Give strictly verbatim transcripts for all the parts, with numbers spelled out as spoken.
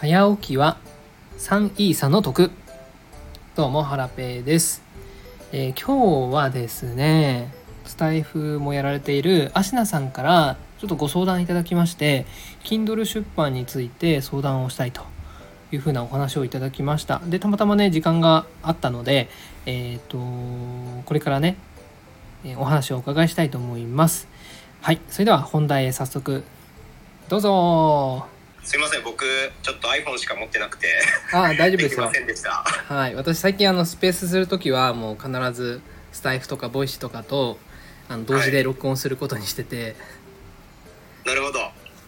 早起きはさんイーサの得。どうもハラペーです、えー、今日はですねスタイフもやられているアシナさんからちょっとご相談いただきまして Kindle 出版について相談をしたいというふうなお話をいただきました。でたまたまね時間があったので、えー、とこれからねお話をお伺いしたいと思います。はい、それでは本題へ早速どうぞ。 すいません、僕ちょっと iPhone しか持ってなくてあ大丈夫ですよ。 できませんでした。 はい、私最近あのスペースするときはもう必ずスタイフとかボイシーとかとあの同時で録音することにしてて、 はい、なるほど、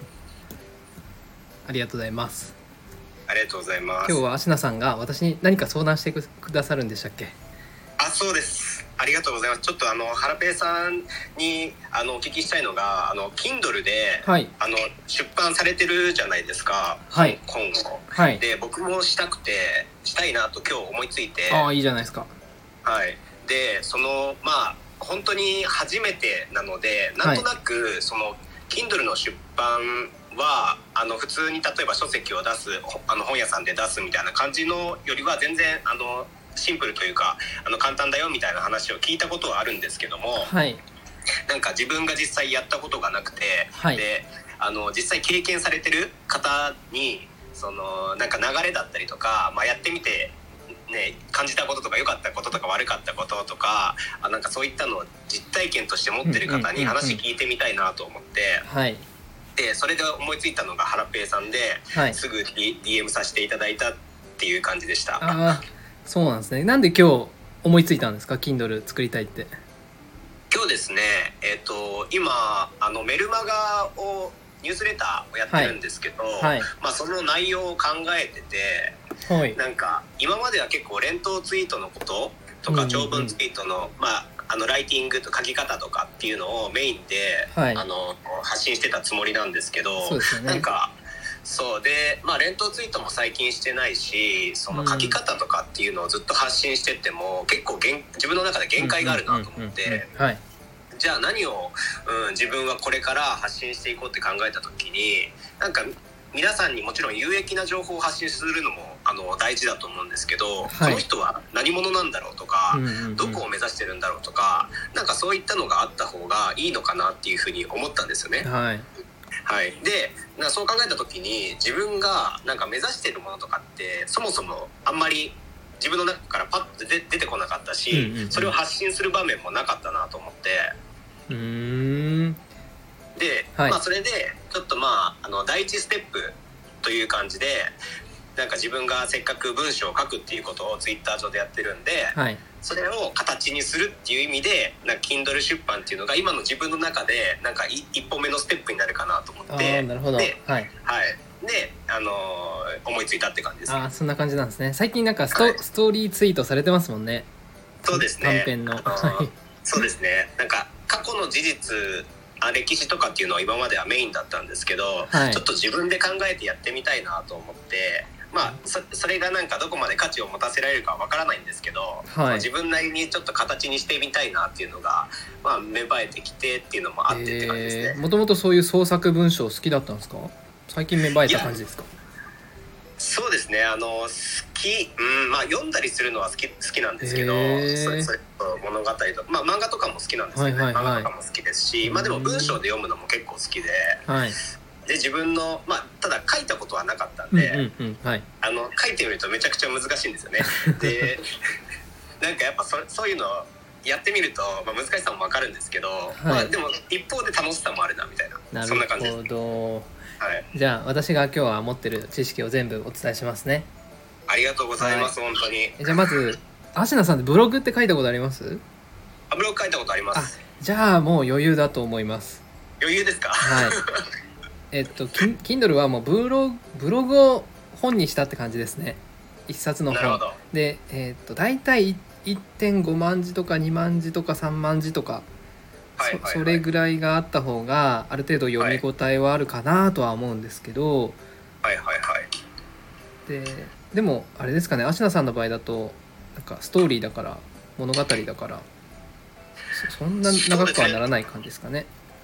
ありがとうございます。 ありがとうございます。 今日はアシナさんが私に何か相談してくださるんでしたっけ？ あ、そうです。ありがとうございます。ちょっとあのハラペーさんにあのお聞きしたいのが、あの Kindle で、はい、あの出版されてるじゃないですか。はい。今後。はい。で僕もしたくてしたいなと今日思いついて。 ああ、いいじゃないですか。 はい。でそのまあ本当に初めてなので、なんとなくその Kindle の出版はあの普通に例えば書籍を出すあの本屋さんで出すみたいな感じのよりは全然あのシンプルというかあの簡単だよみたいな話を聞いたことはあるんですけども、はい、なんか自分が実際やったことがなくて、はい、であの実際経験されてる方にそのなんか流れだったりとか、まあ、やってみて、ね、感じたこととか良かったこととか悪かったこととかあなんかそういったのを実体験として持ってる方に話聞いてみたいなと思って、はい、でそれで思いついたのがハラペーさんで、はい、すぐ ディーエム させていただいたっていう感じでした。 あそうなんですね。なんで今日思いついたんですか Kindle 作りたいって。 今日ですね、えーと、今あのメルマガをニュースレターをやってるんですけど、はいはい、まあ、その内容を考えてて、はい、なんか今までは結構連投ツイートのこととか長文ツイートの、うんうんうん、まあ、あのライティングと書き方とかっていうのをメインで、はい、あの発信してたつもりなんですけど、そうですよね、なんかそうで、まあ、連投ツイートも最近してないしその書き方とかっていうのをずっと発信してっても、うん、結構自分の中で限界があるなと思って、じゃあ何を、うん、自分はこれから発信していこうって考えた時になんか皆さんにもちろん有益な情報を発信するのもあの大事だと思うんですけど、はい、この人は何者なんだろうとか、うんうんうん、どこを目指してるんだろうとかなんかそういったのがあった方がいいのかなっていうふうに思ったんですよね。はいはい、でなそう考えた時に自分がなんか目指しているものとかってそもそもあんまり自分の中からパッと出てこなかったし、うんうんうん、それを発信する場面もなかったなと思って、うーんで、はい、まあ、それでちょっとまあ、あの第一ステップという感じでなんか自分がせっかく文章を書くっていうことをツイッター上でやってるんで、はい、それを形にするっていう意味でなんか Kindle 出版っていうのが今の自分の中でなんか一歩目のステップになるかなと思って。 あなるほど、 で、 はい、 はい、で、あのー、思いついたって感じですね。 あそんな感じなんですね。最近なんかスト、はい、ストーリーツイートされてますもんね。 そうですね、 短編の、あのー、そうですね、なんか過去の事実あ歴史とかっていうのは今まではメインだったんですけど、はい、ちょっと自分で考えてやってみたいなと思ってまあ、そ, それがなんかどこまで価値を持たせられるかはわからないんですけど、はい、自分なりにちょっと形にしてみたいなっていうのが、まあ、芽生えてきてっていうのもあってって感じですね。 もともとそういう創作文章好きだったんですか？最近芽生えた感じですか？ そうですね、あの好き、うんまあ、読んだりするのは好き、好きなんですけどそれそれ物語とか、まあ、漫画とかも好きなんですけどね、はいはいはい、漫画とかも好きですし、まあ、でも文章で読むのも結構好きで、はいで自分の、まあ、ただ書いたことはなかったんで、うんうんうんはい、あの書いてみるとめちゃくちゃ難しいんですよね。でなんかやっぱ そ, そういうのをやってみると、まあ、難しさも分かるんですけど、はいまあ、でも一方で楽しさもあるなみたい な, なそんな感じです。なるほど、はい、 じゃあ私が今日は持ってる知識を全部お伝えしますね。 ありがとうございます、はい、本当に。 じゃあまずアシナさんってブログって書いたことあります？ あブログ書いたことあります。 あじゃあもう余裕だと思います。 余裕ですか？ はいえっと、Kindle はもうブログ、ブログを本にしたって感じですね。一冊の本で、えっと、大体 いってんご 万字とかにまん字とかさんまん字とか、はいはいはい、そ, それぐらいがあった方がある程度読み応えはあるかなとは思うんですけど、 はいはいはい、 で, でもあれですかね、アシナさんの場合だとなんかストーリーだから物語だから そ, そんな長くはならない感じですかね。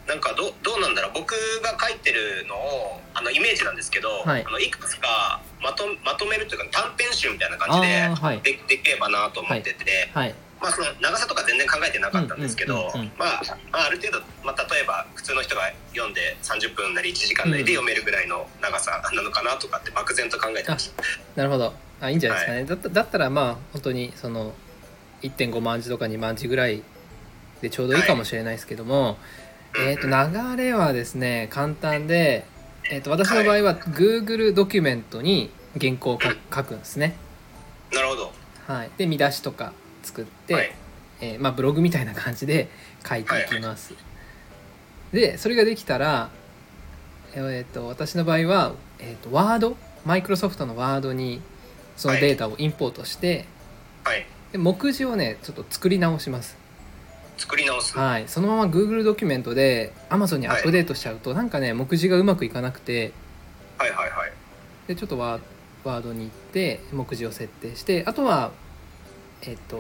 なんか ど, どうなんだろう、僕が書いてるのをあのイメージなんですけど、はい、あのいくつかま と, まとめるというか短編集みたいな感じで で,、はい、できればなと思ってて、はいはい、まあ、その長さとか全然考えてなかったんですけど、まあ、まあある程度、まあ、例えば普通の人が読んでさんじゅっぷんなりいちじかんなりで読めるぐらいの長さなのかなとかって漠然と考えてました。 なるほど、あ、いいんじゃないですかね、はい、だ, っただったらまあ本当にその いってんごまん字とかにまん字ぐらいでちょうどいいかもしれないですけども、はい、えー、と流れはですね簡単で、えー、と私の場合は Google ドキュメントに原稿を書くんですね。 なるほど、 はい、で見出しとか作って、はい、えーまあ、ブログみたいな感じで書いていきます、はいはい、でそれができたら、えー、と私の場合は、えー、とワードマイクロソフトのワードにそのデータをインポートして、はい、で目次をねちょっと作り直します。 作り直す、 はい、そのまま Google ドキュメントで Amazon にアップデートしちゃうと、はい、なんかね目次がうまくいかなくて、 はいはいはい、 でちょっとワーワードに行って目次を設定して、あとはえっ、ー、と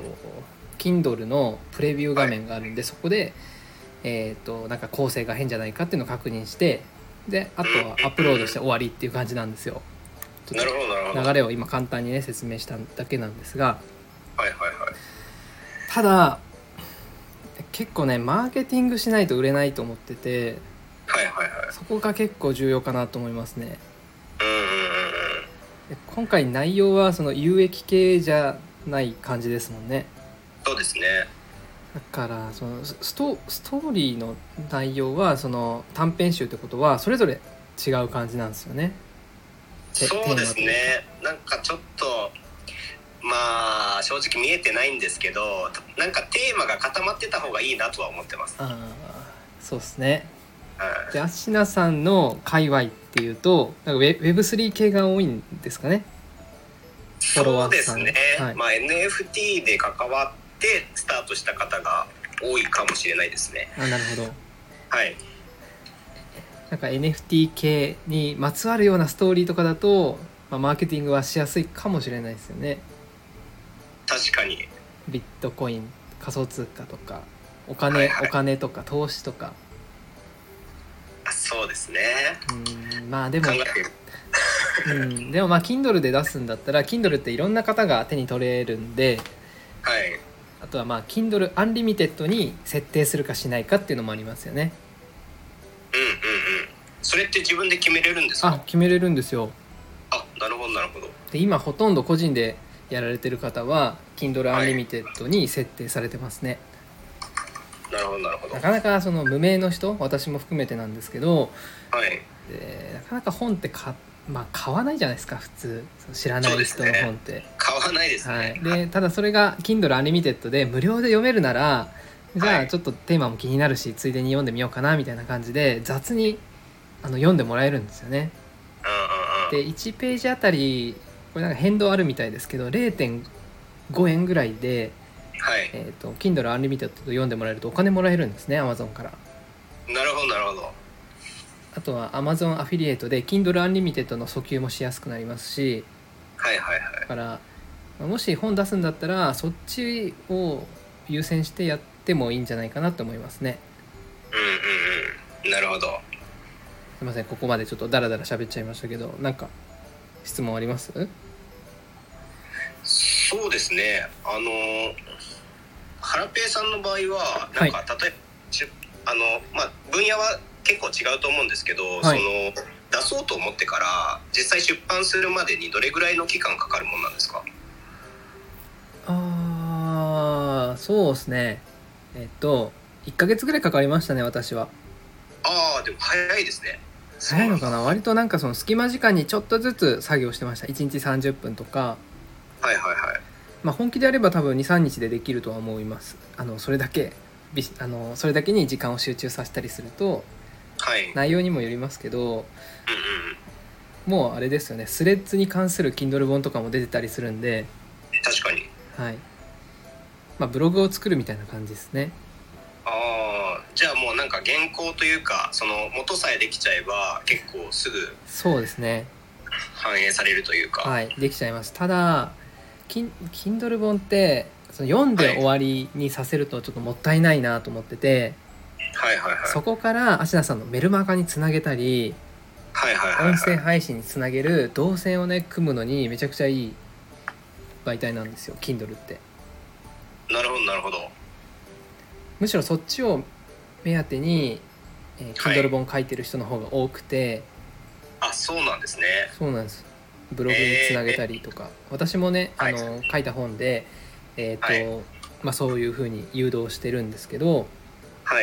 Kindle のプレビュー画面があるんで、はい、そこでえっ、ー、となんか構成が変じゃないかっていうのを確認して、であとはアップロードして終わりっていう感じなんですよ。 なるほどなるほど。 流れを今簡単にね説明しただけなんですが、 はいはいはい。 ただ結構ねマーケティングしないと売れないと思ってて、 はいはいはい、 そこが結構重要かなと思いますね。 うんうんうん、 今回内容はその有益系じゃない感じですもんね。 そうですね。 だからそのスト、ストーリーの内容はその短編集ってことはそれぞれ違う感じなんですよね。 そうですね。なんかちょっとまあ正直見えてないんですけど、なんかテーマが固まってた方がいいなとは思ってます。 あ、そうですね。うん、でアシナさんの界隈っていうとなんか ウェブスリー 系が多いんですかね。 そうですね、はい、まあ、エヌエフティー で関わってスタートした方が多いかもしれないですね。 あ、なるほど。 はい。 なんか エヌエフティー 系にまつわるようなストーリーとかだと、まあ、マーケティングはしやすいかもしれないですよね。 確かに。 ビットコイン、仮想通貨とかお金、はいはい、お金とか投資とか。 そうですね。 うん、まあでもうん、でもまあ Kindle で出すんだったら Kindle っていろんな方が手に取れるんで、 はい、 あとはまあ Kindle Unlimited に設定するかしないかっていうのもありますよね。 うんうんうん。それって自分で決めれるんですか？ あ、決めれるんですよ。 あ、なるほどなるほど。 で今ほとんど個人でやられてる方は Kindle Unlimited に設定されてますね。 はい、なるほどなるほど。 なかなかその無名の人、私も含めてなんですけど、 はい、 でなかなか本って買まあ、買わないじゃないですか普通知らない人の本って、 ね、買わないですね、 はい、でただそれが Kindle Unlimited で無料で読めるならじゃあちょっとテーマも気になるし、はい、ついでに読んでみようかなみたいな感じで雑にあの読んでもらえるんですよね。 うんうんうん、 でいちページあたりこれなんか変動あるみたいですけど れいてんごえんぐらいで、 はい、 えーと、Kindle Unlimited と読んでもらえるとお金もらえるんですね Amazon から。 なるほどなるほど。 あとは Amazon アフィリエイトで Kindle Unlimited の訴求もしやすくなりますし、 はいはいはい、 だからもし本出すんだったらそっちを優先してやってもいいんじゃないかなと思いますね。 うんうんうん、なるほど。 すいませんここまでちょっとダラダラ喋っちゃいましたけど、なんか質問あります？ そうですね、あのハラペイさんの場合はなんか、はい、例えばあの、まあ、分野は結構違うと思うんですけど、はい、その出そうと思ってから実際出版するまでにどれぐらいの期間かかるもんなんですか？ あー、そうですね、えっといっかげつぐらいかかりましたね私は。 あー、でも早いですね。 早いのかな。割となんかその隙間時間にちょっとずつ作業してました。いちにちさんじゅっぷんとか。 はいはいはい。 まあ本気であれば多分 にさんにちでできるとは思います。あのそれだけあのそれだけに時間を集中させたりすると、 はい、 内容にもよりますけど、 うんうん、 もうあれですよね、スレッズに関する Kindle 本とかも出てたりするんで。 確かに、 はい、まあブログを作るみたいな感じですね。 ああ、じゃあもうなんか原稿というかその元さえできちゃえば結構すぐそうですね反映されるというか、 はい、できちゃいます。ただ Kindle 本ってその読んで終わりにさせるとちょっともったいないなと思ってて、 はいはいはい、 そこからアシナさんのメルマガにつなげたり、 はいはいはいはい、 音声配信につなげる動線をね組むのにめちゃくちゃいい媒体なんですよ Kindle って。 なるほどなるほど。 むしろそっちを目当てに、えー、Kindle 本書いてる人の方が多くて、 はい、あ、そうなんですね。 そうなんです。ブログにつなげたりとか、えー、私もね、あの、はい、書いた本で、えーとはい、まあ、そういう風に誘導してるんですけど、 はい、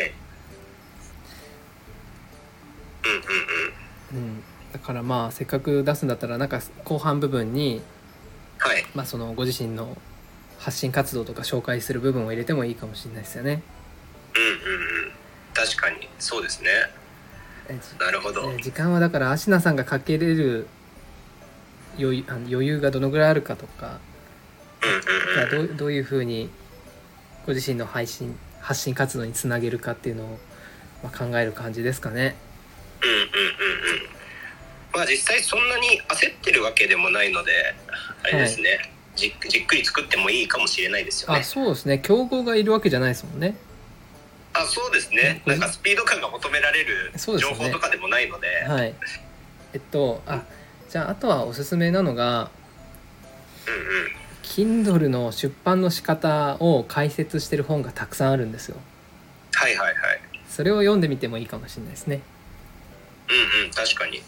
うんうんうん、 うん、だからまあせっかく出すんだったらなんか後半部分に、 はい、 まあ、そのご自身の発信活動とか紹介する部分を入れてもいいかもしれないですよね。 うんうんうん、確かにそうですね。なるほど。 時間はだからアシナさんがかけれる余裕、余裕がどのぐらいあるかとか、 うんうんうん、 どう、どういうふうにご自身の配信発信活動につなげるかっていうのを、まあ、考える感じですかね。 うんうんうんうん。まあ実際そんなに焦ってるわけでもないのであれですね、はい、じ, じっくり作ってもいいかもしれないですよね。 あ、そうですね。競合がいるわけじゃないですもんね。 あ、そうですね。なんかスピード感が求められる情報とかでもないので、 で、ね、はい。えっとあじゃああとはおすすめなのが、 うんうん、 Kindle の出版の仕方を解説してる本がたくさんあるんですよ。 はいはいはい。 それを読んでみてもいいかもしれないですね。 うんうん、確かに。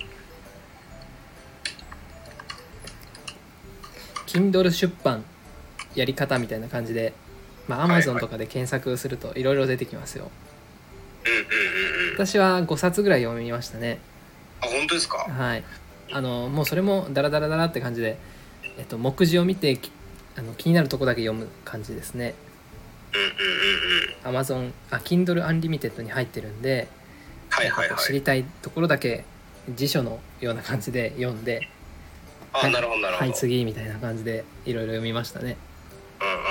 Kindle 出版やり方みたいな感じで、まあ、Amazon とかで検索するといろいろ出てきますよ。 うんうんうんうん。 私はごさつぐらい読みましたね。 あ、本当ですか。 はい。あのもうそれもダラダラダラって感じで、えっと、目次を見てあの気になるとこだけ読む感じですね。 うんうんうんうん。 Amazon あ Kindle Unlimited に入ってるんで、 はいはいはい、 知りたいところだけ辞書のような感じで読んで、 あ、はい、なるほどなるほど、 はい次みたいな感じでいろいろ読みましたね。 うんうんうんうん。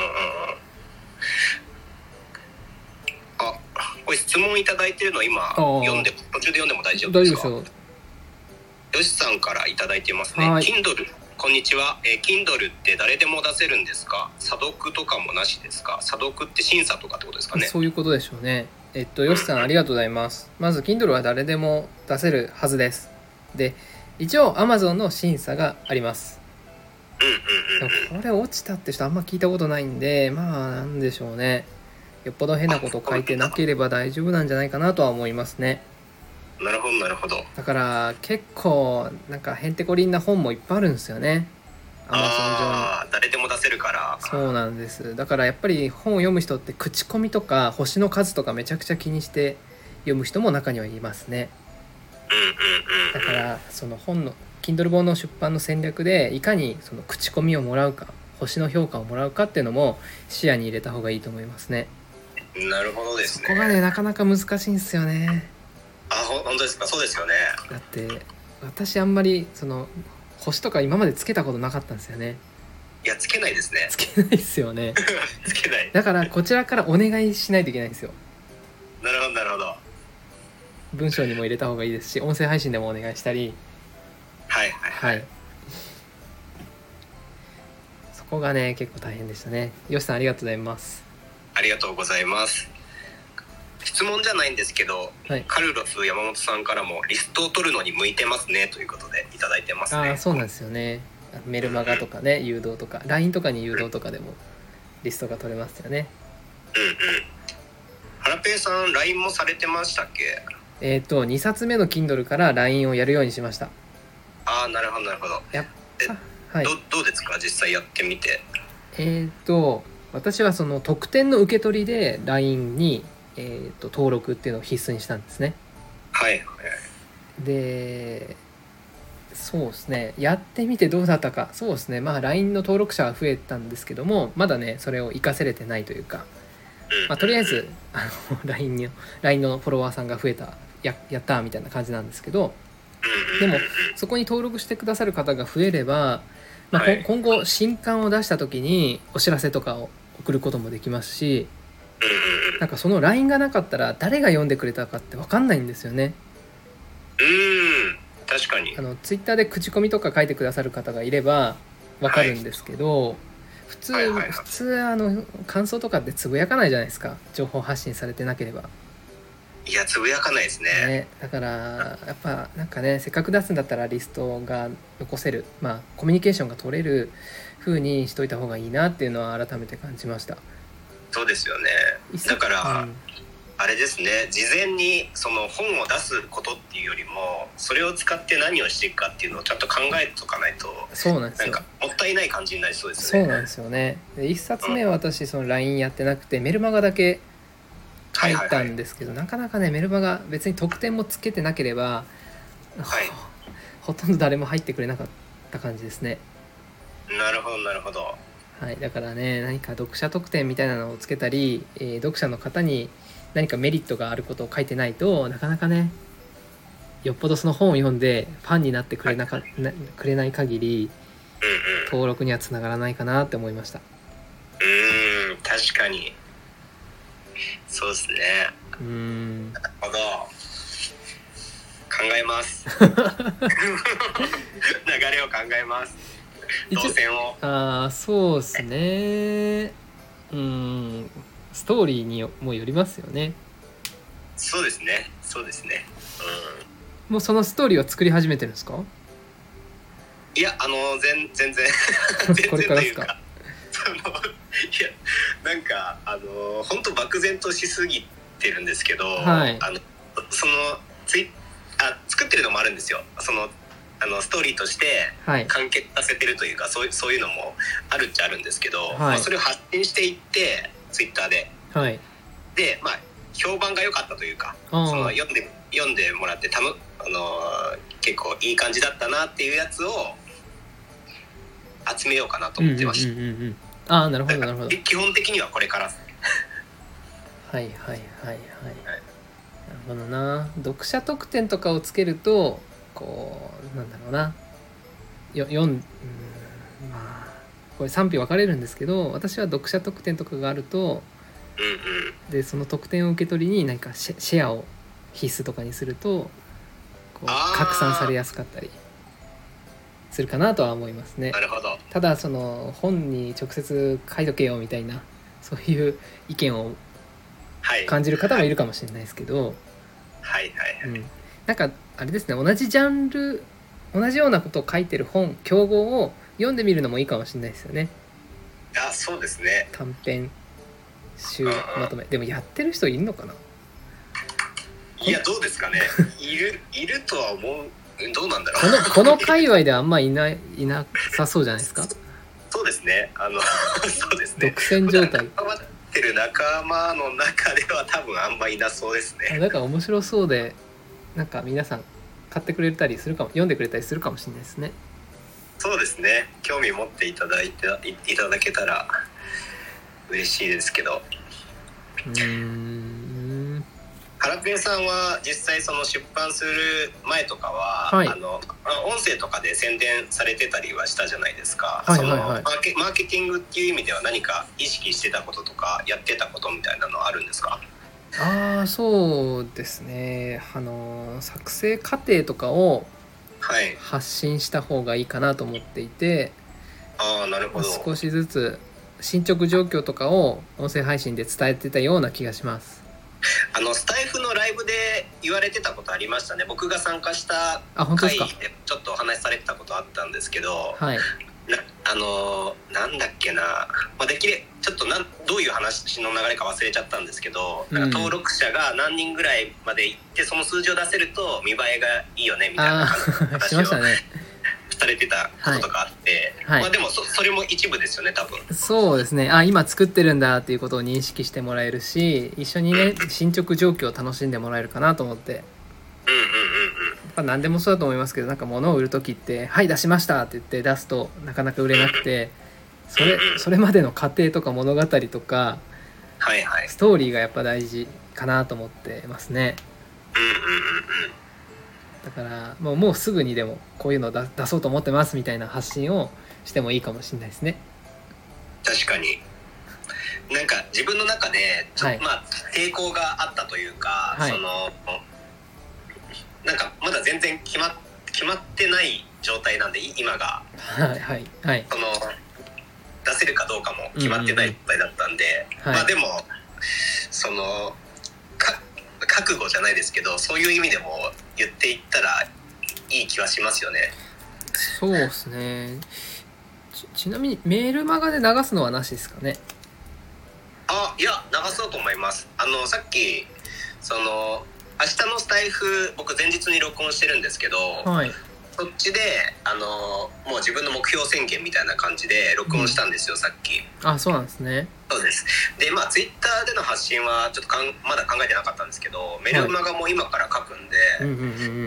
あ、これ質問いただいてるの今読んで途中で読んでも大丈夫ですか。大丈夫ですよ。よしさんからいただいてますね。Kindle、こんにちは、えー、Kindle って誰でも出せるんですか。査読とかもなしですか。査読って審査とかってことですかね。 そういうことでしょうね。えっとよしさんありがとうございます。まず Kindle は誰でも出せるはずです。で一応 Amazon の審査があります。 うんうんうん、 これ落ちたって人あんま聞いたことないんで、まあなんでしょうね、よっぽど変なこと書いてなければ大丈夫なんじゃないかなとは思いますね。 なるほどなるほど。 だから結構なんかへんてこりんな本もいっぱいあるんですよね、 Amazon 上に。 あ、誰でも出せるから。 そうなんです。だからやっぱり本を読む人って口コミとか星の数とかめちゃくちゃ気にして読む人も中にはいますね。 うんうんうん、 だからその本の Kindle 本の出版の戦略でいかにその口コミをもらうか星の評価をもらうかっていうのも視野に入れた方がいいと思いますね。 なるほどですね。 そこがねなかなか難しいんですよね。 あ、本当ですか。そうですよね。 だって私あんまりその星とか今までつけたことなかったんですよね。 いやつけないですね。 つけないですよねつけない。 だからこちらからお願いしないといけないんですよ。 なるほどなるほど。 文章にも入れた方がいいですし、音声配信でもお願いしたり。 はいはいはい、はい、 そこがね結構大変でしたね。よしさんありがとうございます。 ありがとうございます。質問じゃないんですけど、はい、カルロス山本さんからもリストを取るのに向いてますねということでいただいてますね。 あ、そうなんですよね。メルマガとかね、うん、誘導とか ライン とかに誘導とかでもリストが取れますよね。 うんうん。ハラペイさん ライン もされてましたっけ。 えっとにさつめの Kindle から ライン をやるようにしました。 ああ、なるほどなるほど。 やっはい、ど, どうですか実際やってみて。 えっと私はその特典の受け取りで ライン に、えー、と登録っていうのを必須にしたんですね。 はいはい。 でそうですね、やってみてどうだったか。そうですね、まあ ライン の登録者は増えたんですけども、まだねそれを活かせれてないというか、まあ、とりあえずあの ライン に ライン のフォロワーさんが増えた、 や, やったーみたいな感じなんですけど、でもそこに登録してくださる方が増えれば、まあ、はい、今後新刊を出した時にお知らせとかを送ることもできますし、なんかその ライン がなかったら誰が読んでくれたかって分かんないんですよね。 うーん、確かに。 あのツイッターで口コミとか書いてくださる方がいれば分かるんですけど、はい、普通、はいはいはい、普通あの感想とかってつぶやかないじゃないですか、情報発信されてなければ。 いいやつぶやかないですね。 ね、だからやっぱなんかね、せっかく出すんだったらリストが残せる、まあコミュニケーションが取れる風にしといた方がいいなっていうのは改めて感じました。 そうですよね。だから、うん、あれですね、事前にその本を出すことっていうよりもそれを使って何をしていくかっていうのをちゃんと考えとかないと、 そうなんですよ、 なんかもったいない感じになりそうですね。 そうなんですよね。でいっさつめは私その ライン やってなくて、うん、メルマガだけ書いたんですけど、はいはいはい、なかなかねメルマガ別に得点もつけてなければ、はい、ほとんど誰も入ってくれなかった感じですね。 なるほどなるほど。 はい、だからね、何か読者特典みたいなのをつけたり、えー、読者の方に何かメリットがあることを書いてないとなかなかね、よっぽどその本を読んでファンになってくれなか、はい、なくれない限り、うんうん、登録にはつながらないかなって思いました。 うーん、確かにそうですね。 うーん、 なるほど、考えます流れを考えます。動線を。 ああ、そうですね。うーん、ストーリーにもよりますよね。 そうですね、そうですね。 うん、もうそのストーリーは作り始めてるんですか？ いや、あの全全然全然これからですか？ そのいやなんかあの本当漠然としすぎてるんですけど、はい、あのそのツイあ作ってるのもあるんですよ。そのあのストーリーとして完結させてるというか、はい、そういうそういうのもあるっちゃあるんですけど、はい、まあ、それを発信していってツイッターで、はい、で、まあ、評判が良かったというか、その読んで読んでもらってたの、あの結構いい感じだったなっていうやつを集めようかなと思ってました。うんうんうんうん、 ああ、なるほどなるほど。 基本的にはこれからはいはいはいはい、はい、なるほどな。読者特典とかをつけるとこうなんだろうな、よ読ん、うん、まあこれ賛否分かれるんですけど、私は読者特典とかがあると、うんうん、でその特典を受け取りに何かシェ、シェアを必須とかにするとこう拡散されやすかったりするかなとは思いますね。 なるほど。 ただその本に直接書いとけよみたいなそういう意見を感じる方もいるかもしれないですけど、 はいはいはい、うん、 なんかあれですね、同じジャンル同じようなことを書いてる本競合を読んでみるのもいいかもしれないですよね。 あ、そうですね。 短編集まとめ、でもやってる人いるのかな。 いや、どうですかね。いるいるとは思う。どうなんだろう。 このこの界隈ではあんまいないいなさそうじゃないですか。 そうですね。あのそうですね。 独占状態。 関わってる仲間の中では多分あんまいなそうですね。 だから面白そうで、なんか皆さん買ってくれたりするかも、読んでくれたりするかもしれないですね。 そうですね。興味持っていただいていただけたら嬉しいですけど。うーん。ハラペンさんは実際その出版する前とかは、はい、あの音声とかで宣伝されてたりはしたじゃないですか。はいはいはい、そのマーケ、マーケティングっていう意味では何か意識してたこととかやってたことみたいなのはあるんですか？ ああ、そうですね。あの作成過程とかを発信した方がいいかなと思っていて、 はい、あ、なるほど。 少しずつ進捗状況とかを音声配信で伝えてたような気がします。 あのスタイフのライブで言われてたことありましたね。僕が参加した会でちょっとお話しされてたことあったんですけど、はい、なあのなんだっけな、まあ、できれちょっとなんどういう話の流れか忘れちゃったんですけど、うん、なんか登録者が何人ぐらいまでいってその数字を出せると見栄えがいいよねみたいな話をされてたこととかあって、はい、まあ、でも そ, それも一部ですよね多分。 そうですね。あ、今作ってるんだっていうことを認識してもらえるし、一緒にね、うん、進捗状況を楽しんでもらえるかなと思って。 うんうんうんうん。 やっぱ何でもそうだと思いますけど、なんか物を売る時ってはい出しましたって言って出すとなかなか売れなくて、それそれまでの過程とか物語とか、 はいはい、 ストーリーがやっぱ大事かなと思ってますね。 うんうんうんうん。 だからもう、もうすぐにでもこういうのを 出, 出そうと思ってますみたいな発信をしてもいいかもしれないですね。 確かに。なんか自分の中でちょ、はい、まあ、抵抗があったというか、はい、そのなんかまだ全然決ま、決まってない状態なんで今が、 はいはいはい、 その出せるかどうかも決まってない状態だったんで、うんうんうん、まあ、でもそのか覚悟じゃないですけど、そういう意味でも言っていったらいい気はしますよね。 そうですね。 ち, ちなみにメールマガで流すのはなしですかね？ あ、いや流そうと思います。あのさっきその明日のスタイフ僕前日に録音してるんですけど、はい、そっちであのもう自分の目標宣言みたいな感じで録音したんですよ、うん、さっき。 あ、そうなんですね。 そうです。でまあツイッターでの発信はちょっとかんまだ考えてなかったんですけど、メルマガも今から書くんで、はい、うんうんうん、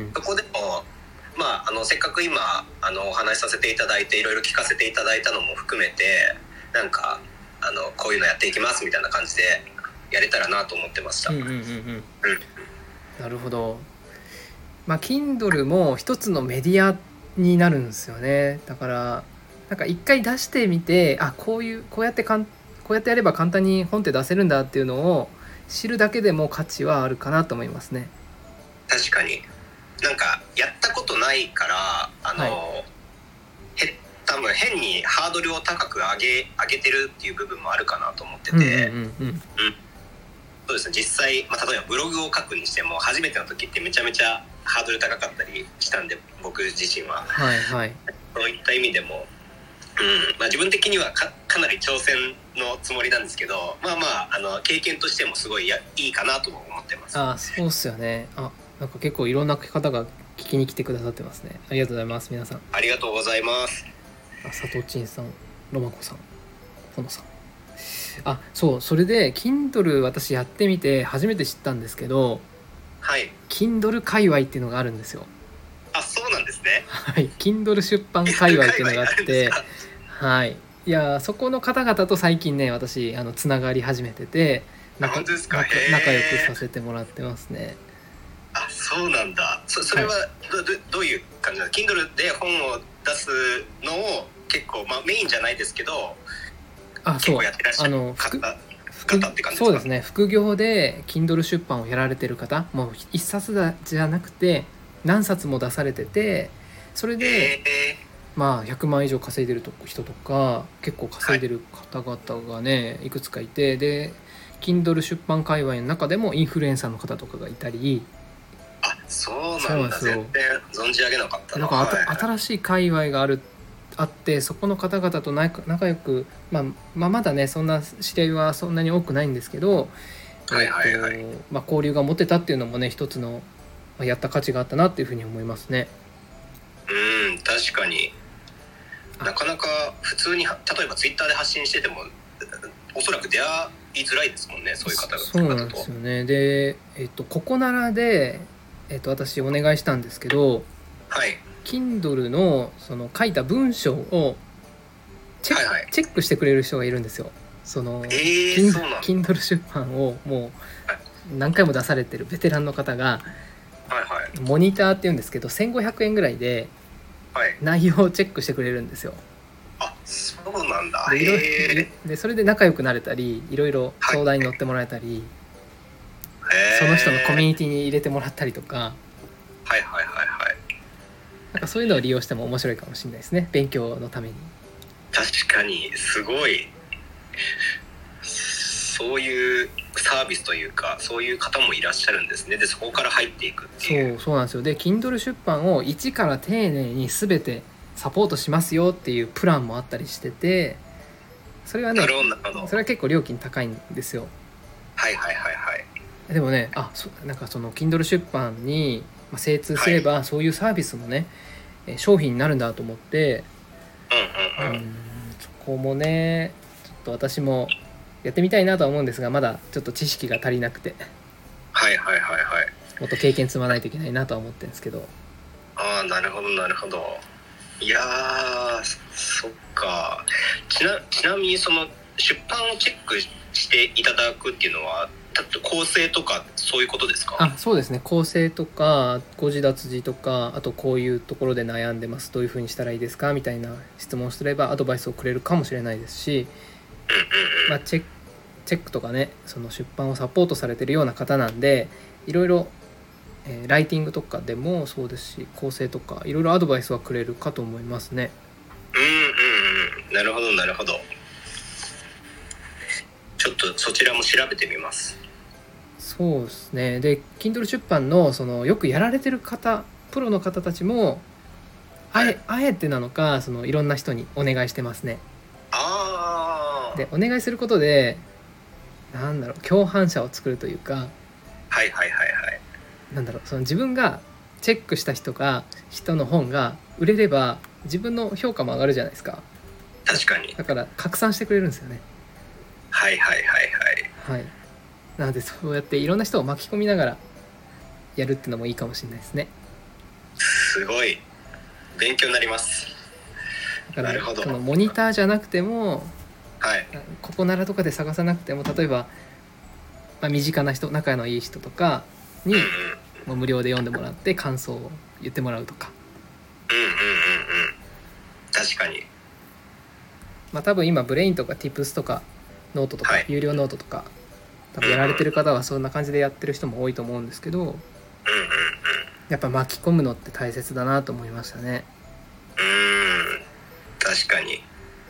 そこでもまああのせっかく今あのお話しさせていただいていろいろ聞かせていただいたのも含めて、なんかあのこういうのやっていきますみたいな感じでやれたらなと思ってました。うんうんうんうん、うん、 なるほど。まあ Kindle も一つのメディアになるんですよね。だからなんか一回出してみて、あ、こういうこうやってかんこうやってやれば簡単に本って出せるんだっていうのを知るだけでも価値はあるかなと思いますね。 確かになんかやったことないからあの、はい、へ多分変にハードルを高く上げ上げてるっていう部分もあるかなと思ってて、うんうんうんうん、そうですね。実際、まあ、例えばブログを書くにしても初めての時ってめちゃめちゃハードル高かったりしたんで、僕自身は、はいはい、そういった意味でも、うんまあ、自分的には か, かなり挑戦のつもりなんですけど、まあまあ、あの経験としてもすごいやいいかなとも思ってます。 あ、そうっすよね。あ、なんか結構いろんな方が聞きに来てくださってますね。ありがとうございます。皆さんありがとうございます。 あ、佐藤陳さん、ロマコさん、ほのさん。あ、そう、それで Kindle 私やってみて初めて知ったんですけど、 はい、 Kindle 界隈っていうのがあるんですよ。 あ、そうなんですね。 はい、Kindle 出版界隈っていうのがあってはい、いやそこの方々と最近ね私あのつながり始めてて、仲, 仲, 仲良くさせてもらってますね。 あ、そうなんだ。 そ, それは ど,、はい、ど, どういう感じなの？ Kindle で本を出すのを結構、まあ、メインじゃないですけど、 あ、そう、 やってらっしゃる方副方って感じですか？そうですね、副業で Kindle 出版をやられてる方、もう一冊じゃなくて何冊も出されてて、それで、えー、まあひゃくまん以上稼いでる人とか結構稼いでる方々がね、はい、いくつかいて、で Kindle 出版界隈の中でもインフルエンサーの方とかがいたり。 あ、そうなんだ。全然存じ上げなかったな。 なんか、はい、新しい界隈があるあって、そこの方々と仲良く、まあ、まあまだねそんな知り合いはそんなに多くないんですけど、はいはいはい、えーとまあ、交流が持てたっていうのもね一つの、まあ、やった価値があったなっていうふうに思いますね。 うん、確かになかなか普通に例えばツイッターで発信しててもおそらく出会いづらいですもんね、そういう方が。 そうなんですよね。で、えーと、ここならで、えーと、私お願いしたんですけど、 はい、 Kindle のその書いた文章をチェック、はいはい、チェックしてくれる人がいるんですよ。その、 えー、そうなんだ。 Kindle 出版をもう何回も出されてるベテランの方が、 はいはい、 モニターっていうんですけどせんごひゃくえんぐらいで内容をチェックしてくれるんですよ。 はい、あ、そうなんだ。 で、で, でそれで仲良くなれたり、いろいろ相談に乗ってもらえたり、はい、その人のコミュニティに入れてもらったりとか、 はいはいはいはい、 なんかそういうのを利用しても面白いかもしれないですね、勉強のために。 確かにすごい、そういうサービスというかそういう方もいらっしゃるんですね。でそこから入っていくっていう。 そうそうなんですよ。で Kindle 出版を一から丁寧に全てサポートしますよっていうプランもあったりしてて、それはね、それは結構料金高いんですよ。 はいはいはいはい。 でもね、あ、そなんかその Kindle 出版に精通すれば、はい、そういうサービスもね商品になるんだと思って、 うんうんうん、うん、 そこもねちょっと私もやってみたいなとは思うんですが、まだちょっと知識が足りなくて、 はいはいはいはい、 もっと経験積まないといけないなとは思ってるんですけど。 ああ、なるほどなるほど。いやー、そっか。ちな、ちなみにその出版をチェックしていただくっていうのは構成とかそういうことですか？ あ、そうですね、構成とか誤字脱字とか、あとこういうところで悩んでます、どういう風にしたらいいですかみたいな質問をすればアドバイスをくれるかもしれないですし、まあ、チェック、チェックとかね、その出版をサポートされてるような方なんで、いろいろ、えー、ライティングとかでもそうですし、構成とかいろいろアドバイスはくれるかと思いますね。 うんうんうん、なるほどなるほど。ちょっとそちらも調べてみます。 そうですね。で Kindle 出版のそのよくやられてる方、プロの方たちもあえあえてなのか、そのいろんな人にお願いしてますね。 ああ。 でお願いすることで、なんだろう、共犯者を作るというか、 はいはいはいはい。 なんだろう、その自分がチェックした人が人の本が売れれば自分の評価も上がるじゃないですか。 確かに。 だから拡散してくれるんですよね。 はいはいはいはい。はい。なのでそうやっていろんな人を巻き込みながらやるっていうのもいいかもしれないですね。 すごい勉強になります。 だからこのモニターじゃなくても、 はい、 ここならとかで探さなくても、例えば、まあ、身近な人、仲のいい人とかにもう無料で読んでもらって感想を言ってもらうとか。 うんうんうんうん。確かに。 まあ多分今ブレインとか Tips とかノートとか、はい、有料ノートとか多分やられてる方はそんな感じでやってる人も多いと思うんですけど、うんうんうん、やっぱ巻き込むのって大切だなと思いましたね。 うーん、確かに。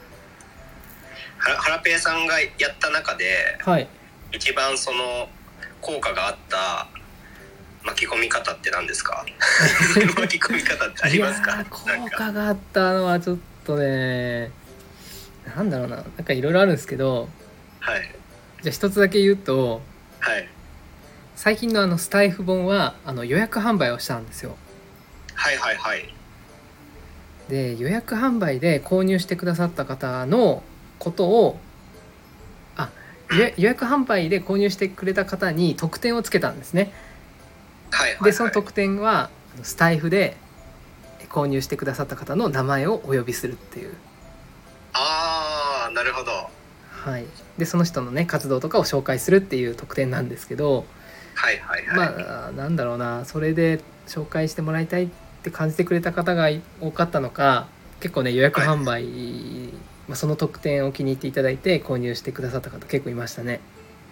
はらぺーさんがやった中で、はい、一番その効果があった巻き込み方って何ですか？巻き込み方ってありますか？ いや効果があったのはちょっとね、なんだろうな、なんかいろいろあるんですけど、はい、じゃあ一つだけ言うと、はい、最近のあのスタイフ本はあの予約販売をしたんですよ。 はいはいはい。 で予約販売で購入してくださった方のことを、あ、予約販売で購入してくれた方に特典をつけたんですね。はいはいはい、でその特典はスタイフで購入してくださった方の名前をお呼びするっていう。 あー、なるほど。 はい、でその人のね活動とかを紹介するっていう特典なんですけど、 はいはいはい、 まあなんだろうな、それで紹介してもらいたいって感じてくれた方が多かったのか、結構ね予約販売、はい、まあ、その特典を気に入っていただいて購入してくださった方結構いましたね。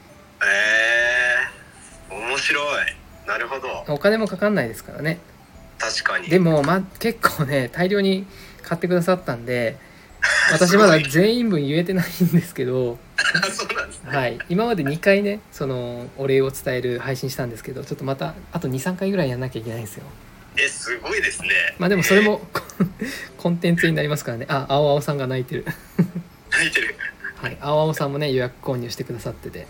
えー、面白い。なるほど。 お金もかかんないですからね。 確かに。 でも、まあ、結構ね大量に買ってくださったんで私まだ全員分言えてないんですけどそうなんですね。 はい、今までにかいねそのお礼を伝える配信したんですけど、ちょっとまたあと に,さん 回ぐらいやんなきゃいけないんですよ。 え、すごいですね。 まあでもそれも、えー、コンテンツになりますからね。あ、青青さんが泣いてる泣いてる。 はい、青青さんもね予約購入してくださってて、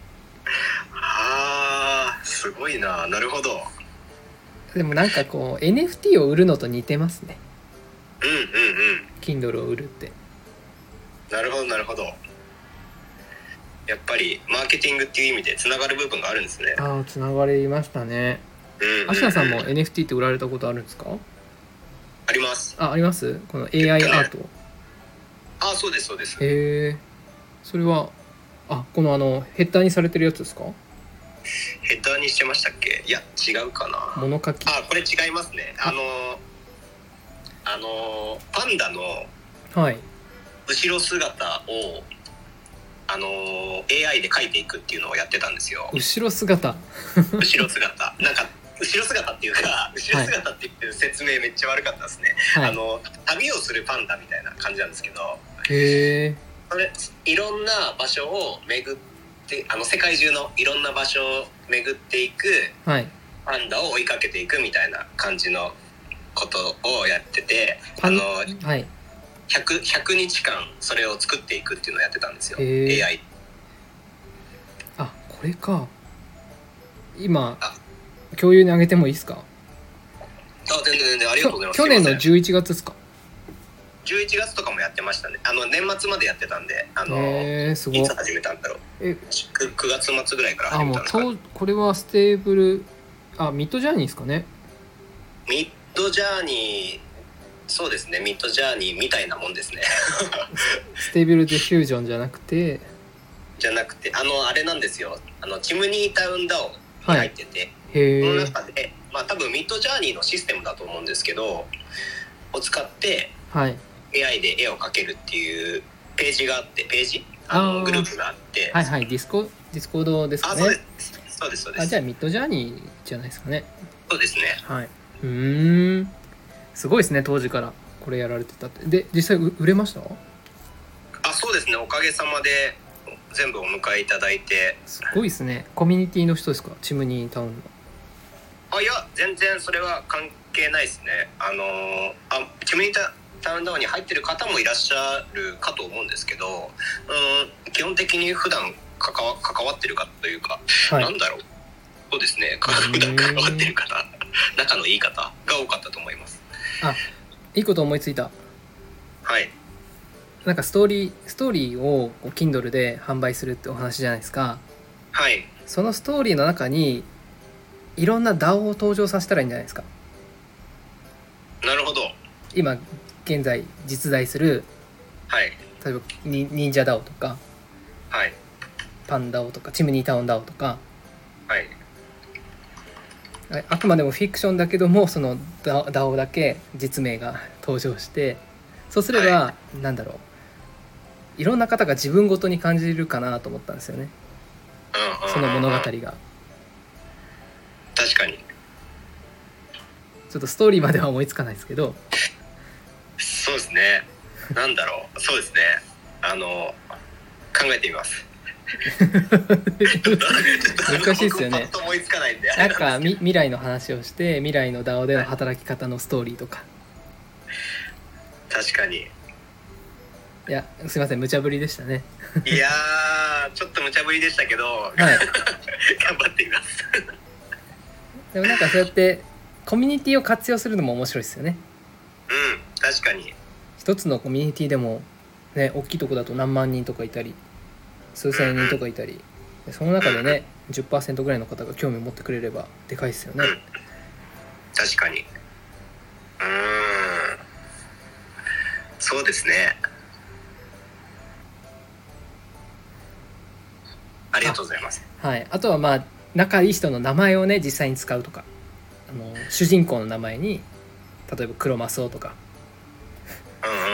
あー、すごいな。なるほど。 でもなんかこう エヌエフティー を売るのと似てますね。 うんうんうん。 Kindle を売るって。 なるほどなるほど。やっぱりマーケティングっていう意味でつながる部分があるんですね。 ああ、つながりましたね。アシナさんも エヌエフティー って売られたことあるんですか？ あります。 あ、あります？この エーアイ アート。 ああ、そうですそうです。 へえ。それはあ、このあのヘッダーにされてるやつですか？ ヘッダーにしてましたっけ？いや違うかな。 物書き。 あ、これ違いますね。あのあのパンダの後ろ姿をあの エーアイ で描いていくっていうのをやってたんですよ。 後ろ姿後ろ姿なんか後ろ姿っていうか後ろ姿っていう説明めっちゃ悪かったですね、はい、あの旅をするパンダみたいな感じなんですけど、 へー、 それいろんな場所を巡ってあの世界中のいろんな場所を巡っていくパンダを追いかけていくみたいな感じのことをやってて、あの、はい、ひゃく, ひゃくにちかんそれを作っていくっていうのをやってたんですよ、エーアイ。 あ、これか。今共有に上げてもいいですか？ あ、全然全然、ありがとうございます。 去年のじゅういちがつですか？ じゅういちがつとかもやってましたね。あの年末までやってたんで、あのえー、すごい。 いつ始めたんだろう。え、くがつまつぐらいから始めたんですか？ あ、もうこれはステーブル、あ、ミッドジャーニーですかね。 ミッドジャーニー、そうですね、ミッドジャーニーみたいなもんですね。 ステーブルディフュージョンじゃなくてじゃなくてあのあれなんですよ。あのチムニータウンダオに入ってて、 はい、 この中で、まあ、多分ミッドジャーニーのシステムだと思うんですけどを使って、はい、エーアイ で絵を描けるっていうページがあって、ページあのグループがあって、 はいはい、ディスコディスコードですかね。 あ、そうですそうですそうです。 あ、じゃあミッドジャーニーじゃないですかね。 そうですね。 はい。うーん、すごいですね、当時からこれやられてたって。で実際売れました？ あ、そうですね、おかげさまで全部お迎えいただいて。 すごいですね。コミュニティの人ですか、チムニータウンの。 あ、いや全然それは関係ないですね。あのあチムニータウンダウンに入ってる方もいらっしゃるかと思うんですけど、うん、基本的に普段関わ、関わってる方というか、はい、なんだろう、そうですね、普段関わってる方、仲のいい方が多かったと思います。 あ、いいこと思いついた。 はい。 なんかストーリーストーリーを Kindle で販売するってお話じゃないですか。 はい。 そのストーリーの中にいろんな ダオ を登場させたらいいんじゃないですか。 なるほど。 今現在実在する、 はい、 例えば忍者 ダオ とか、 はい、 パンダオとかチムニータウン ダオ とか、 はい、 あくまでもフィクションだけどもその ダオ だけ実名が登場して、そうすれば、はい、なんだろう、いろんな方が自分ごとに感じるかなと思ったんですよね、 うん、 その物語が。 確かにちょっとストーリーまでは思いつかないですけど。 そうですね、なんだろう、そうですね、あの考えてみます。 難しいですよね。 思いつかないんで。 なんか未来の話をして未来の ダオ での働き方のストーリーとか。 確かに。いや、すいません、無茶ぶりでしたね。 いやー、ちょっと無茶ぶりでしたけど、はい、頑張ってみます。 でもなんかそうやってコミュニティを活用するのも面白いですよね。 うん、確かに。 一つのコミュニティでもね、大きいとこだと何万人とかいたり数千人とかいたり、その中でね じゅっパーセント ぐらいの方が興味を持ってくれればでかいですよね、うん、 確かに。うーん、そうですね。ありがとうございます。 あ、はい、あとはまあ仲いい人の名前をね実際に使うとか、あの主人公の名前に例えば黒マスオとか、 うんうんうん、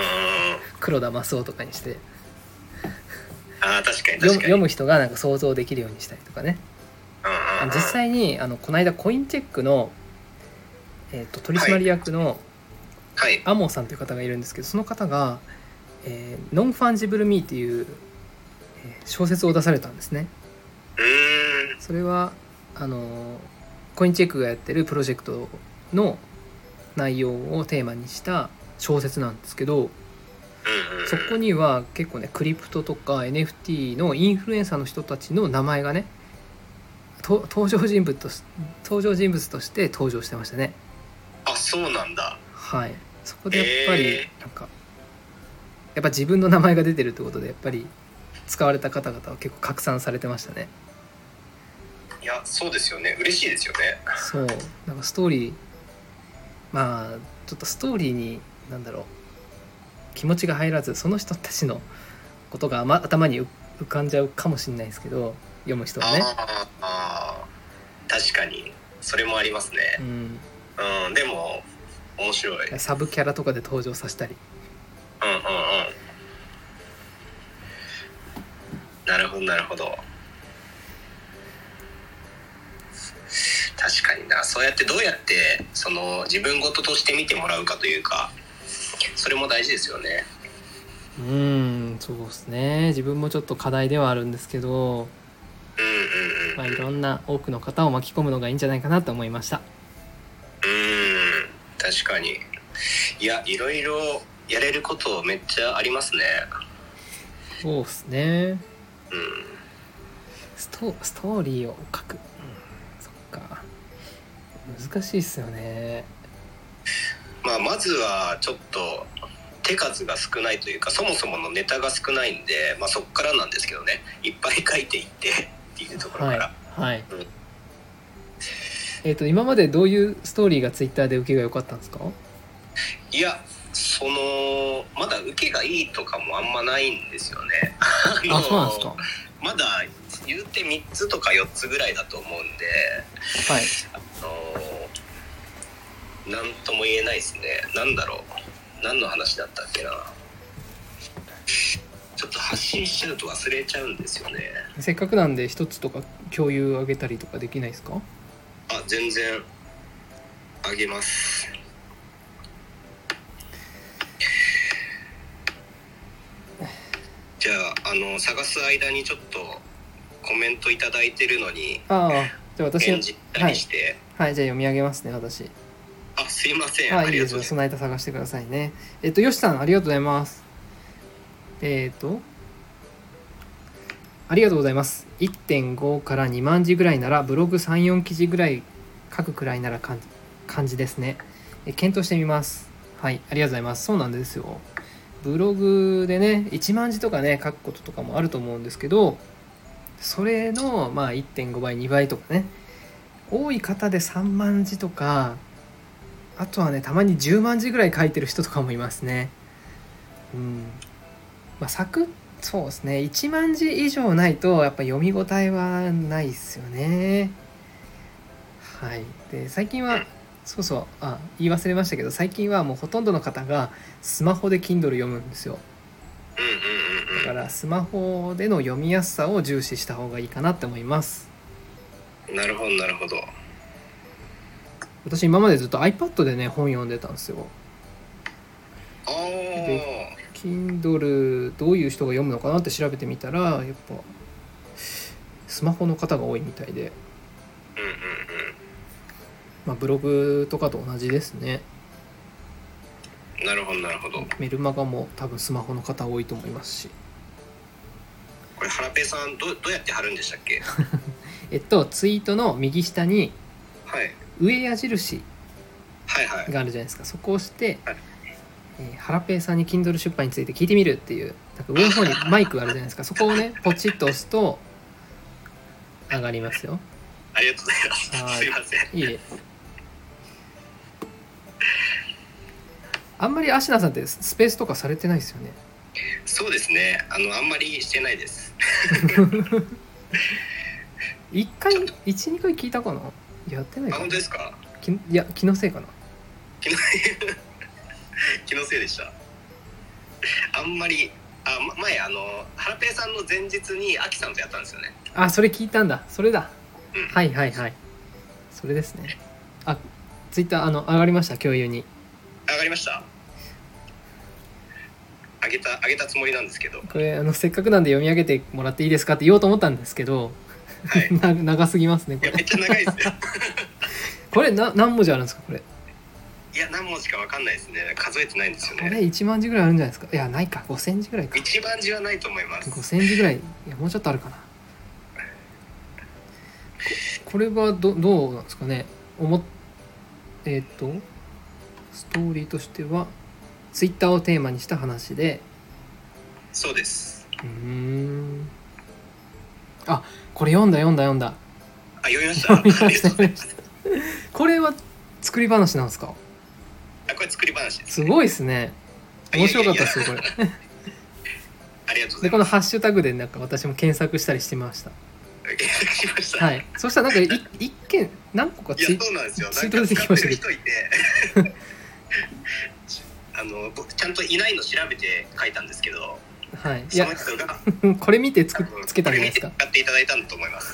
黒田マスオとかにして、 あ、確かに確かに読む人がなんか想像できるようにしたりとかね、 うんうんうん、 実際にあのこの間コインチェックの、えー、と取締役のアモさんという方がいるんですけど、その方が、えー、ノンファンジブルミーっていう、えー、小説を出されたんですね。 うーん、 それはあのコインチェックがやってるプロジェクトの内容をテーマにした小説なんですけど、そこには結構ねクリプトとか エヌエフティー のインフルエンサーの人たちの名前がねと登場人物とし登場人物として登場してましたね。 あ、そうなんだ。 はい。そこでやっぱり、えー、なんかやっぱ自分の名前が出てるってことでやっぱり使われた方々は結構拡散されてましたね。 いや、そうですよね、嬉しいですよね。 そう、なんかストーリー、まあちょっとストーリーに何だろう気持ちが入らずその人たちのことが、ま、頭に浮かんじゃうかもしれないですけど、読む人はね。 ああ、確かにそれもありますね。うん、うん、でも面白い。 サブキャラとかで登場させたり。 うんうんうん。なるほどなるほど。確かにな、そうやってどうやってその自分事として見てもらうかというか、それも大事ですよね。 うーん、そうですね。自分もちょっと課題ではあるんですけど、 うんうんうん、 まあ、いろんな多くの方を巻き込むのがいいんじゃないかなと思いました。 うーん、確かに。いや、いろいろやれることめっちゃありますね。 そうですね、 うん、 スト、ストーリーを書く、うん、そっか、難しいっすよね。 まあ、まずはちょっと手数が少ないというか、そもそものネタが少ないんで、まあ、そっからなんですけどね、いっぱい書いていってっていうところから、 はい、はい、うん、えーと今までどういうストーリーがツイッターで受けが良かったんですか？ いや、そのまだ受けがいいとかもあんまないんですよね。 あのあ、そうなんですか。 まだ言うてみっつとかよっつぐらいだと思うんで、 はい、 あのなんとも言えないですね。なんだろう、何の話だったっけな、ちょっと発信しちゃうと忘れちゃうんですよね。 せっかくなんで一つとか共有あげたりとかできないですか？ あ、全然あげます。じじゃあ、あの探す間にちょっとコメントいただいてるのに、 ああ、じゃあ私返事したりして、 はい、はい、じゃあ読み上げますね、私。 あ、すいません。 あ、いいですよ。その間探してくださいね。えっと、よしさん、ありがとうございます。えっと、ありがとうございます。いってんご からにまん字ぐらいなら、ブログさん、よん記事ぐらい書くくらいなら感じ、感じですね。え、検討してみます。はい、ありがとうございます。そうなんですよ。ブログでね、いちまん字とかね、書くこととかもあると思うんですけど、それの、まあ、いってんごばい、にばいとかね、多い方でさんまん字とか、あとはね、たまにじゅうまん字ぐらい書いてる人とかもいますね。うん。まあ、サクッ、そうですね。いちまん字以上ないと、やっぱ読み応えはないですよね。はい。で、最近は、そうそう、あ、言い忘れましたけど、最近はもうほとんどの方がスマホで Kindle 読むんですよ。だからスマホでの読みやすさを重視した方がいいかなって思います。 なるほどなるほど。 私今までずっと iPad でね本読んでたんですよ。 あで Kindle どういう人が読むのかなって調べてみたら、やっぱスマホの方が多いみたいで、 うんうんうん、 まあ、ブログとかと同じですね。 なるほどなるほど。 メルマガも多分スマホの方多いと思いますし。 これハラペさん ど, どうやって貼るんでしたっけ？ えっとツイートの右下に上矢印があるじゃないですか。そこを押して、はい、えー、ハラペーさんに Kindle 出版について聞いてみるっていう、なんか上の方にマイクがあるじゃないですか。そこをねポチッと押すと上がりますよ。 ありがとうございます。すいません。 いいえ。あんまりアシナさんってスペースとかされてないですよね。 そうですね。あのあんまりしてないです。 一回一二回聞いたかな。やってないかな。 あ、本当ですか。 きいや気のせいかな。 気の気のせいでした。あんまりあ前あのハラペイさんの前日にアキさんとやったんですよね。 あ、それ聞いたんだ。それだ。 うん、 はいはいはい。それですね。あ、ツイッターあの上がりました、共有に。 上がりました。上げた上げたつもりなんですけど。 これあのせっかくなんで読み上げてもらっていいですかって言おうと思ったんですけど、はい、な長すぎますねこれ。 めっちゃ長いですね。 これな何文字あるんですかこれ。 いや何文字か分かんないですね。数えてないんですよね。 これいちまん字ぐらいあるんじゃないですか。いやないか、ごせん字ぐらいか。 いちまん字はないと思います。 ごせん字ぐらい。いやもうちょっとあるかな。こ, これは ど, どうなんですかね。思っえっ、ー、とストーリーとしてはツイッターをテーマにした話で。 そうです。 うーん。あ、これ読んだ読んだ読んだ。あ、 読みました。読みました読みました。 これは作り話なんですか。 あ、これ作り話です、ね。 すごいですね。面白かったですよこれ。 ありがとうございます。 でこのハッシュタグでなんか私も検索したりしてました。 検索しました。 はい。そしたらなんか一件何個かツイート出てきましたけど。 あのちゃんといないの調べて書いたんですけど、 はい、いやその人がこれ見てつくつけたんじゃないですか。 これ見て使っていただいたんだと思います。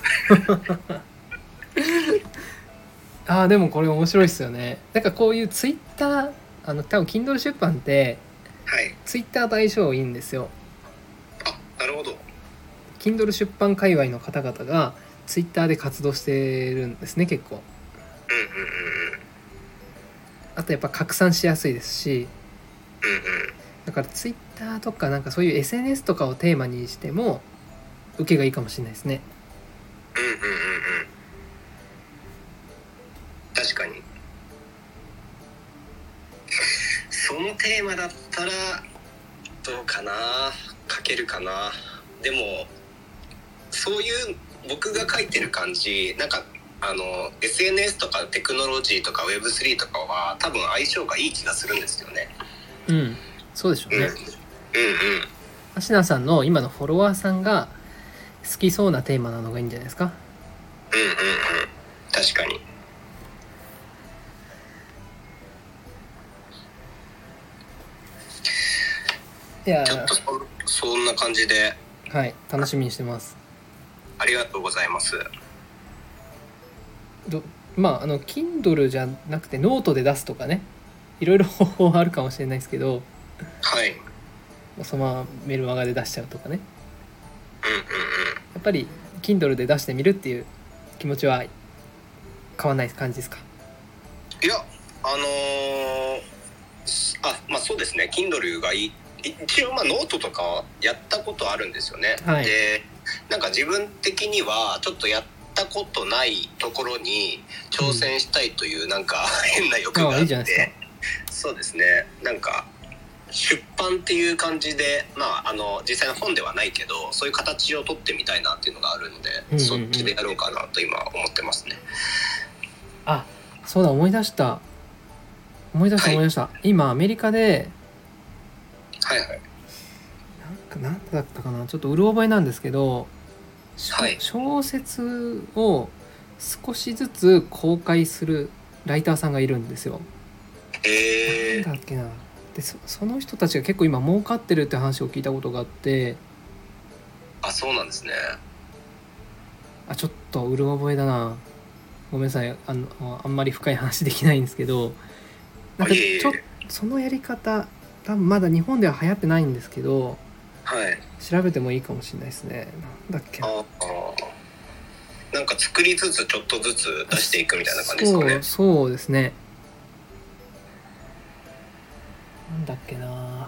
ああ、でもこれ面白いですよね。なんかこういうツイッター、あの多分 Kindle 出版って、 はい、 ツイッターと相性いいんですよ。 あ、なるほど。 Kindle 出版界隈の方々がツイッターで活動してるんですね結構。 うんうんうんうん。 あとやっぱ拡散しやすいですし。 うんうん、 だからツイッターとかなんかそういう エスエヌエス とかをテーマにしても受けがいいかもしれないですね。 うんうんうんうん。確かに。そのテーマだったらどうかな、書けるかな。でもそういう僕が書いてる感じ、なんかあの エスエヌエス とかテクノロジーとか ウェブスリー とかは多分相性がいい気がするんですよね。 うん、そうでしょうね。うん、うんうん。 アシナさんの今のフォロワーさんが好きそうなテーマなのがいいんじゃないですか。 うんうんうん。確かに。 いや、 ちょっと そ, そんな感じで。 はい、楽しみにしてます。 ありがとうございます。 どまああの Kindle じゃなくてノートで出すとかね、いろいろ方法あるかもしれないですけど、 はい、 そのままメルマガで出しちゃうとかね。 うんうんうん、 やっぱり Kindle で出してみるっていう気持ちは変わんない感じですか？ いやあのー、あまあそうですね Kindle がいい。一応まあノートとかやったことあるんですよね、 はい、 でなんか自分的にはちょっとやったことないところに挑戦したいという、うん、なんか変な欲があって、いいじゃないですか。そうですね、なんか出版っていう感じで、まあ、あの実際の本ではないけどそういう形を取ってみたいなっていうのがあるので、うんうんうん、そっちでやろうかなと今思ってますね。 あ、そうだ、思い出した思い出した思い出した、はい、今アメリカではいはい、 なんか何だったかな、ちょっとうる覚えなんですけど、 はい、 小説を少しずつ公開するライターさんがいるんですよ。 えー、なんだっけな。で そ, その人たちが結構今儲かってるって話を聞いたことがあって。 あ、そうなんですね。 あ、ちょっとうる覚えだな、ごめんなさい。 あ, のあんまり深い話できないんですけど、なんかちょっとそのやり方多分まだ日本では流行ってないんですけど、 はい、 調べてもいいかもしれないですね。なんだっけな、 ああ、なんか作りつつちょっとずつ出していくみたいな感じですかね。 そう、そうですね。なんだっけな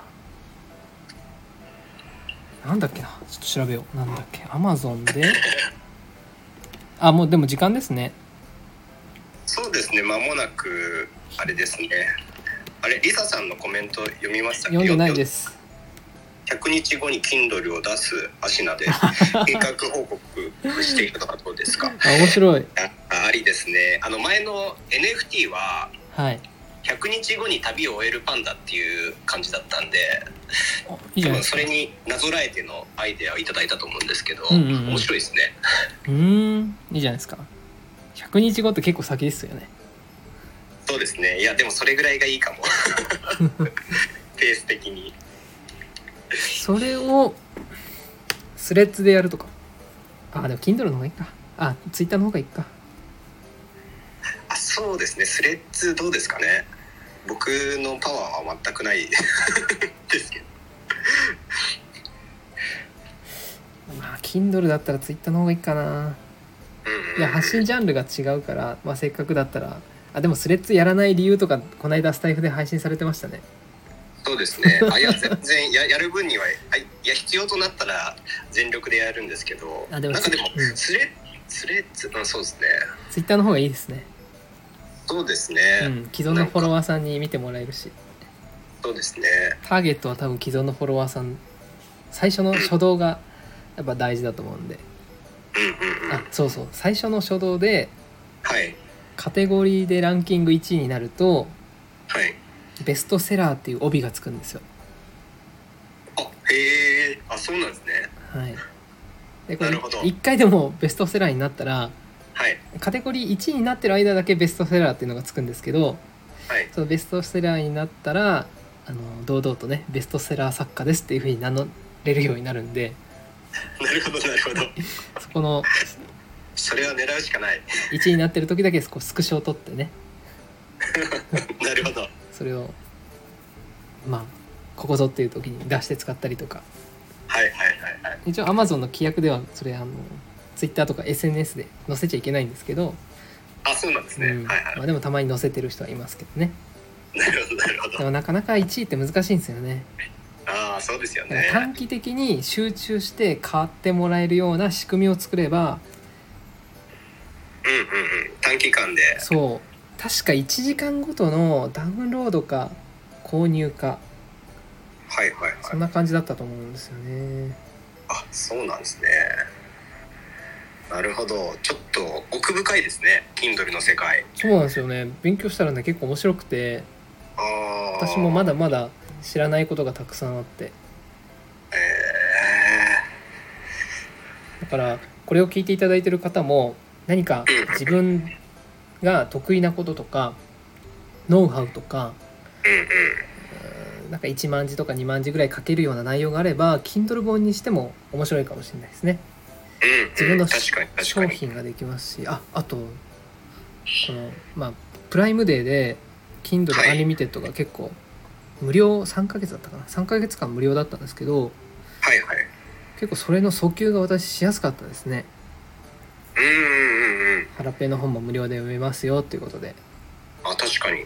なんだっけなちょっと調べよう。なんだっけ、アマゾンであ、もうでも時間ですね。 そうですね、間もなくあれですね。あれ、リサさんのコメント読みましたっけ？ 読んでないです。 ひゃくにちごに Kindle を出すアシナで計画報告していくのはどうですか？ あ、面白い。 あ、ありですね。あの前の エヌエフティー は、 はい、 ひゃくにちごに旅を終えるパンダっていう感じだったんで、 いいじゃないですか。 多分それになぞらえてのアイデアをいただいたと思うんですけど、 うんうんうん、 面白いですね。 うーん、いいじゃないですか。ひゃくにちごって結構先ですよね。 そうですね。いやでもそれぐらいがいいかもペース的に。 それをスレッズでやるとか。あ、でも Kindle の方がいいか。あ、Twitter の方がいいか。 あ、そうですね。スレッズどうですかね。僕のパワーは全くないですけどまあ Kindle だったら Twitter の方がいいかな。うんうん、いや発信ジャンルが違うから、まあ、せっかくだったら。あ、でもスレッズやらない理由とかこの間スタイフで配信されてましたね。 そうですね。あ、いや全然 や, やる分には、いや必要となったら全力でやるんですけど、あ、でもなんかでもスレッ、うん、スレッズ、うん、そうですね。 ツイッターの方がいいですね。 そうですね、 うん、既存のフォロワーさんに見てもらえるし。 そうですね。 ターゲットは多分既存のフォロワーさん、最初の初動がやっぱ大事だと思うんで、 うんうんうん、 あ、そうそう、最初の初動で、 はい、 カテゴリーでランキングいちいになると、 はい、 ベストセラーっていう帯がつくんですよ。 あ、へえ、あ、そうなんですね。 はい。でこれいっかいでもベストセラーになったら、 はい、 カテゴリーいちいになってる間だけベストセラーっていうのがつくんですけど、 はい、 そのベストセラーになったらあの堂々とねベストセラー作家ですっていう風に名乗れるようになるんで。 なるほどなるほどそこのそれは狙うしかない。 いちいになってる時だけこうスクショを取ってねなるほど。 それをまあここぞっていう時に出して使ったりとか。 はいはいはいはい。 一応 Amazon の規約ではそれあの Twitter とか エスエヌエス で載せちゃいけないんですけど。 あ、そうなんですね、うん、はいはい。 まあ、でもたまに載せてる人はいますけどね。 なるほどなるほど。 でもなかなかいちいって難しいんですよね。 ああ、そうですよね。 短期的に集中して買ってもらえるような仕組みを作れば、 うんうんうん、短期間で。 そう、確かいちじかんごとのダウンロードか購入か、 はいはいはい、 そんな感じだったと思うんですよね。 あ、そうなんですね。なるほど。ちょっと奥深いですね、 Kindle の世界。 そうなんですよね。勉強したらね結構面白くて、 あ、 私もまだまだ知らないことがたくさんあって、 えー、だからこれを聞いていただいている方も何か自分が得意なこととかノウハウとか、 うんうん、 なんかいちまんじとかにまんじぐらい書けるような内容があれば Kindle 本にしても面白いかもしれないですね。 うんうん、 自分の確かに確か商に品ができますし、あ、あとこのまあプライムデーで Kindle アニメテッドが結構無料さんかげつだったかなさんかげつかん無料だったんですけど、 はいはい、 結構それの訴求が私しやすかったですね。 うんうんうん。 ハラペの本も無料で読めますよっていうことで。 あ、確かに。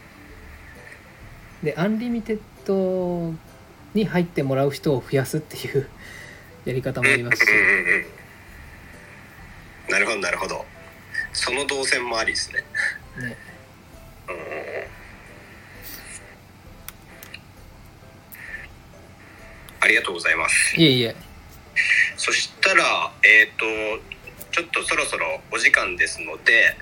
でアンリミテッドに入ってもらう人を増やすっていうやり方もありますし、うんうんうんうん、 なるほどなるほど、その動線もありですね。ね、うん、ありがとうございます。 いえいえ。 そしたらえっとちょっとそろそろお時間ですので、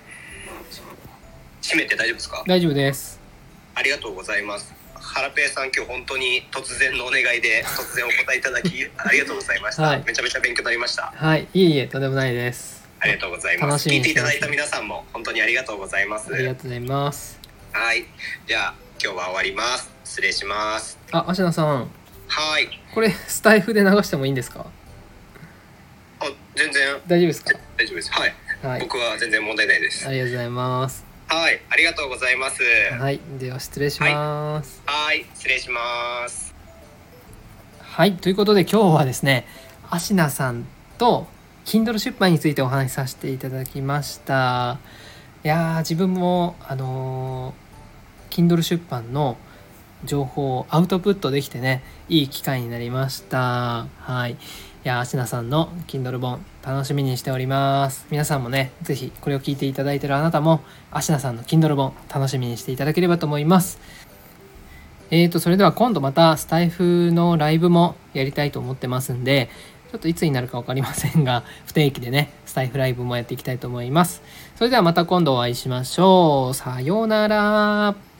締めて大丈夫ですか？ 大丈夫です。 ありがとうございます。ハラペイさん、今日本当に突然のお願いで突然お答えいただきありがとうございました、はい、めちゃめちゃ勉強になりました。 はい、いえいえ、とんでもないです。 ありがとうございます。聞いていただいた皆さんも本当にありがとうございます。 ありがとうございます。 はい、じゃあ今日は終わります。失礼します。 あ、芦名さん。 はい。 これスタイフで流してもいいんですか？ あ、全然大丈夫ですか？ 大丈夫です。はい、はい、僕は全然問題ないです。 ありがとうございます。 はい、ありがとうございます。 はい、では失礼します。 はい、はい、失礼します。 はい、ということで今日はですね、芦名さんと Kindle 出版についてお話しさせていただきました。いやー、自分もあのー、Kindle 出版の情報をアウトプットできてね、いい機会になりました。はい。いや、芦名さんの Kindle 本楽しみにしております。皆さんもね、ぜひこれを聞いていただいているあなたも芦名さんの Kindle 本楽しみにしていただければと思います。えーとそれでは今度またスタイフのライブもやりたいと思ってますんで、ちょっといつになるか分かりませんが、不定期でねスタイフライブもやっていきたいと思います。それではまた今度お会いしましょう。さようなら。